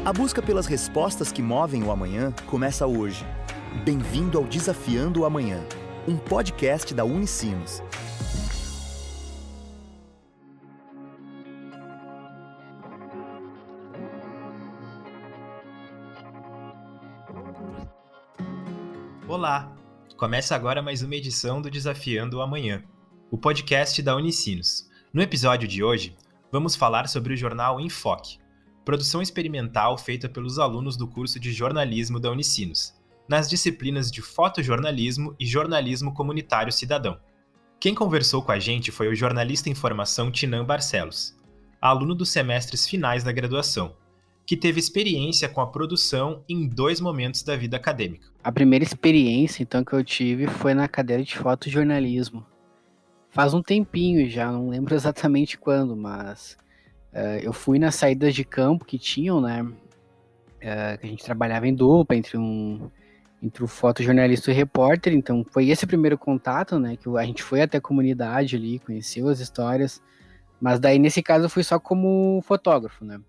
A busca pelas respostas que movem o amanhã começa hoje. Bem-vindo ao Desafiando o Amanhã, um podcast da Unicinos. Olá! Começa agora mais uma edição do Desafiando o Amanhã, o podcast da Unicinos. No episódio de hoje, vamos falar sobre o jornal Enfoque, produção experimental feita pelos alunos do curso de jornalismo da Unicinos, nas disciplinas de fotojornalismo e jornalismo comunitário cidadão. Quem conversou com a gente foi o jornalista em formação Tinan Barcelos, aluno dos semestres finais da graduação, que teve experiência com a produção em 2 momentos da vida acadêmica. A primeira experiência, então, que eu tive foi na cadeira de fotojornalismo. Faz um tempinho já, não lembro exatamente quando, mas eu fui nas saídas de campo que tinham, né? Que a gente trabalhava em dupla entre o fotojornalista e o repórter, então foi esse o primeiro contato, né? Que a gente foi até a comunidade ali, conheceu as histórias, mas daí nesse caso eu fui só como fotógrafo, né?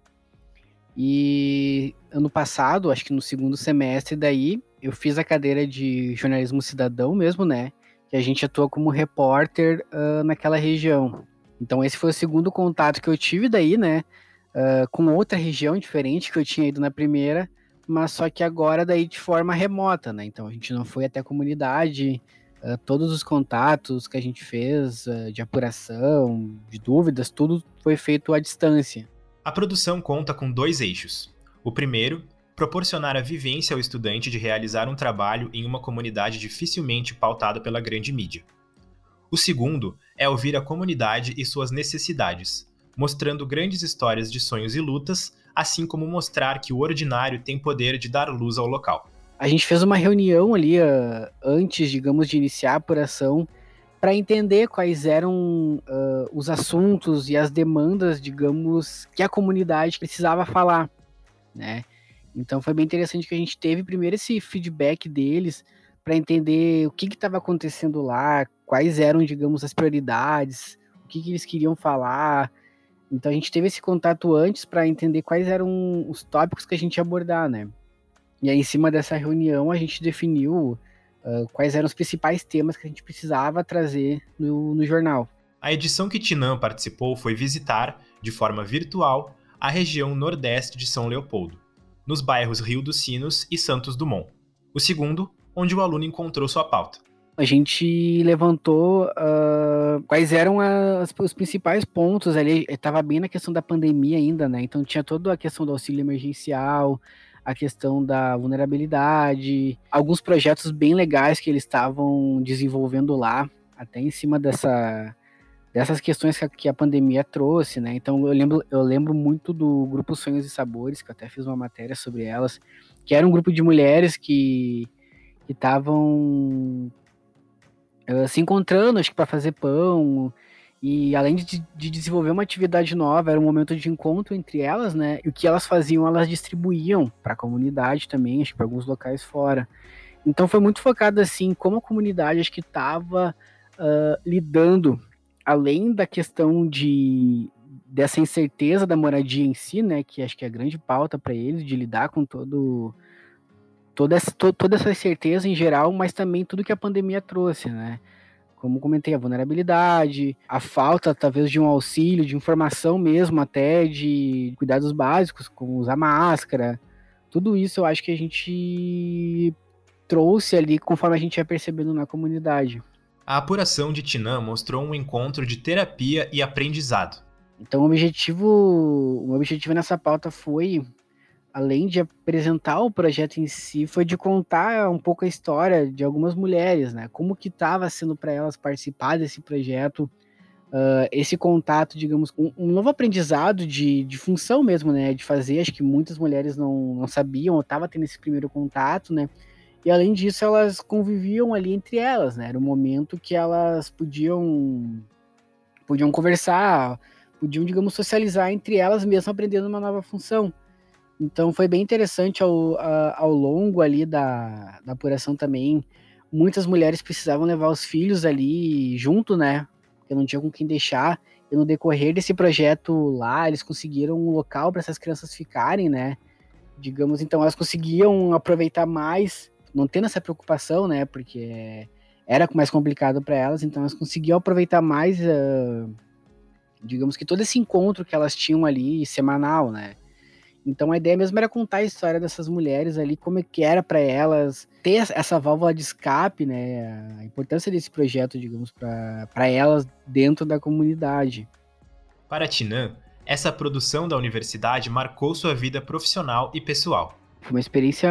E ano passado, acho que no segundo semestre daí, eu fiz a cadeira de jornalismo cidadão mesmo, né? Que a gente atua como repórter naquela região. Então esse foi o segundo contato que eu tive daí, né? Com outra região diferente que eu tinha ido na primeira, mas só que agora daí de forma remota, né? Então a gente não foi até a comunidade, todos os contatos que a gente fez de apuração, de dúvidas, tudo foi feito à distância. A produção conta com 2 eixos. O primeiro, proporcionar a vivência ao estudante de realizar um trabalho em uma comunidade dificilmente pautada pela grande mídia. O segundo é ouvir a comunidade e suas necessidades, mostrando grandes histórias de sonhos e lutas, assim como mostrar que o ordinário tem poder de dar luz ao local. A gente fez uma reunião ali antes, digamos, de iniciar a apuração, para entender quais eram os assuntos e as demandas, digamos, que a comunidade precisava falar, né? Então foi bem interessante que a gente teve primeiro esse feedback deles para entender o que estava acontecendo lá, quais eram, digamos, as prioridades, o que eles queriam falar. Então a gente teve esse contato antes para entender quais eram os tópicos que a gente ia abordar, né? E aí, em cima dessa reunião, a gente definiu quais eram os principais temas que a gente precisava trazer no jornal. A edição que Tinan participou foi visitar, de forma virtual, a região nordeste de São Leopoldo, nos bairros Rio dos Sinos e Santos Dumont. O segundo, onde o aluno encontrou sua pauta. A gente levantou quais eram os principais pontos ali. Estava bem na questão da pandemia ainda, né? Então tinha toda a questão do auxílio emergencial, a questão da vulnerabilidade, alguns projetos bem legais que eles estavam desenvolvendo lá, até em cima dessas questões que a pandemia trouxe, né? Então eu lembro muito do grupo Sonhos e Sabores, que eu até fiz uma matéria sobre elas, que era um grupo de mulheres que estavam se encontrando, acho que para fazer pão, e além de desenvolver uma atividade nova, era um momento de encontro entre elas, né? E o que elas faziam, elas distribuíam para a comunidade também, acho que para alguns locais fora. Então foi muito focado assim, como a comunidade acho que estava lidando, além da questão dessa incerteza da moradia em si, né? Que acho que é a grande pauta para eles, de lidar com toda essa incerteza em geral, mas também tudo que a pandemia trouxe, né? Como comentei, a vulnerabilidade, a falta, talvez, de um auxílio, de informação mesmo, até de cuidados básicos, como usar máscara. Tudo isso eu acho que a gente trouxe ali conforme a gente ia percebendo na comunidade. A apuração de Tinan mostrou um encontro de terapia e aprendizado. Então o objetivo nessa pauta foi, além de apresentar o projeto em si, foi de contar um pouco a história de algumas mulheres, né? Como que estava sendo para elas participar desse projeto, esse contato, digamos, um novo aprendizado de função mesmo, né? De fazer, acho que muitas mulheres não sabiam, ou estavam tendo esse primeiro contato, né? E além disso, elas conviviam ali entre elas, né? Era um momento que elas podiam conversar, podiam, digamos, socializar entre elas mesmo, aprendendo uma nova função. Então foi bem interessante ao longo ali da apuração também. Muitas mulheres precisavam levar os filhos ali junto, né? Porque não tinha com quem deixar. E no decorrer desse projeto lá, eles conseguiram um local para essas crianças ficarem, né? digamos, então elas conseguiam aproveitar mais, não tendo essa preocupação, né, porque era mais complicado para elas, então elas conseguiam aproveitar mais, digamos que todo esse encontro que elas tinham ali, semanal, né. Então a ideia mesmo era contar a história dessas mulheres ali, como é que era para elas ter essa válvula de escape, né, a importância desse projeto, digamos, para elas dentro da comunidade. Para Tinan, essa produção da universidade marcou sua vida profissional e pessoal. Foi uma experiência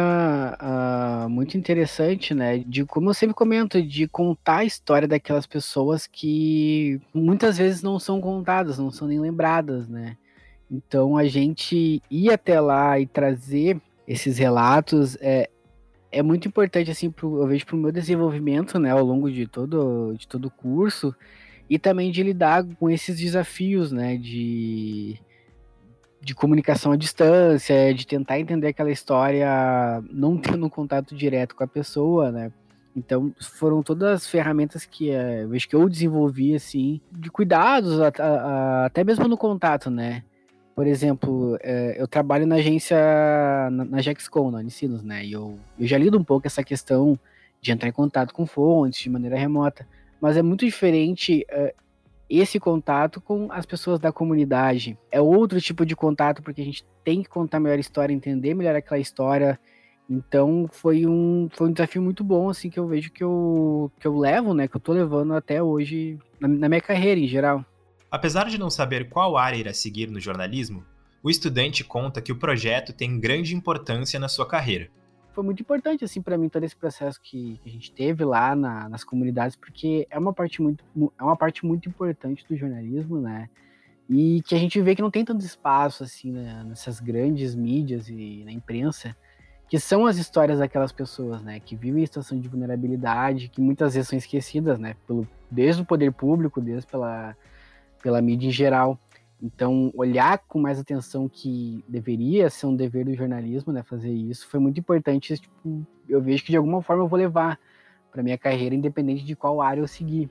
muito interessante, né? De como eu sempre comento, de contar a história daquelas pessoas que muitas vezes não são contadas, não são nem lembradas, né? Então a gente ir até lá e trazer esses relatos é muito importante, assim, eu vejo para o meu desenvolvimento, né, ao longo de todo o curso, e também de lidar com esses desafios, né, de comunicação à distância, de tentar entender aquela história não tendo um contato direto com a pessoa, né? Então, foram todas as ferramentas que eu vejo que eu desenvolvi, assim, de cuidados, até mesmo no contato, né? Por exemplo, eu trabalho na agência, na Gexcom, na Unicinos, né? E eu já lido um pouco essa questão de entrar em contato com fontes de maneira remota, mas é muito diferente esse contato com as pessoas da comunidade. É outro tipo de contato, porque a gente tem que contar melhor a história, entender melhor aquela história. Então foi um desafio muito bom, assim, que eu vejo que eu levo, né, que eu tô levando até hoje na minha carreira em geral. Apesar de não saber qual área irá seguir no jornalismo, o estudante conta que o projeto tem grande importância na sua carreira. Foi muito importante, assim, para mim, todo esse processo que a gente teve lá nas comunidades, porque é uma parte muito importante do jornalismo, né? E que a gente vê que não tem tanto espaço, assim, né, nessas grandes mídias e na imprensa, que são as histórias daquelas pessoas, né? Que vivem em situação de vulnerabilidade, que muitas vezes são esquecidas, né? Desde o poder público, desde pela mídia em geral. Então, olhar com mais atenção, que deveria ser um dever do jornalismo, né, fazer isso, foi muito importante. Tipo, eu vejo que de alguma forma eu vou levar para minha carreira, independente de qual área eu seguir.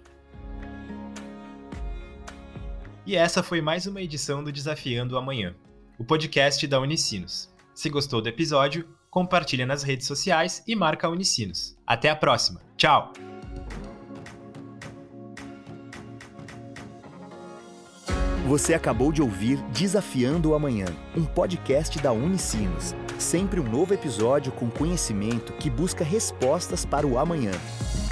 E essa foi mais uma edição do Desafiando o Amanhã, o podcast da Unicinos. Se gostou do episódio, compartilha nas redes sociais e marca a Unicinos. Até a próxima. Tchau! Você acabou de ouvir Desafiando o Amanhã, um podcast da Unicinos. Sempre um novo episódio com conhecimento que busca respostas para o amanhã.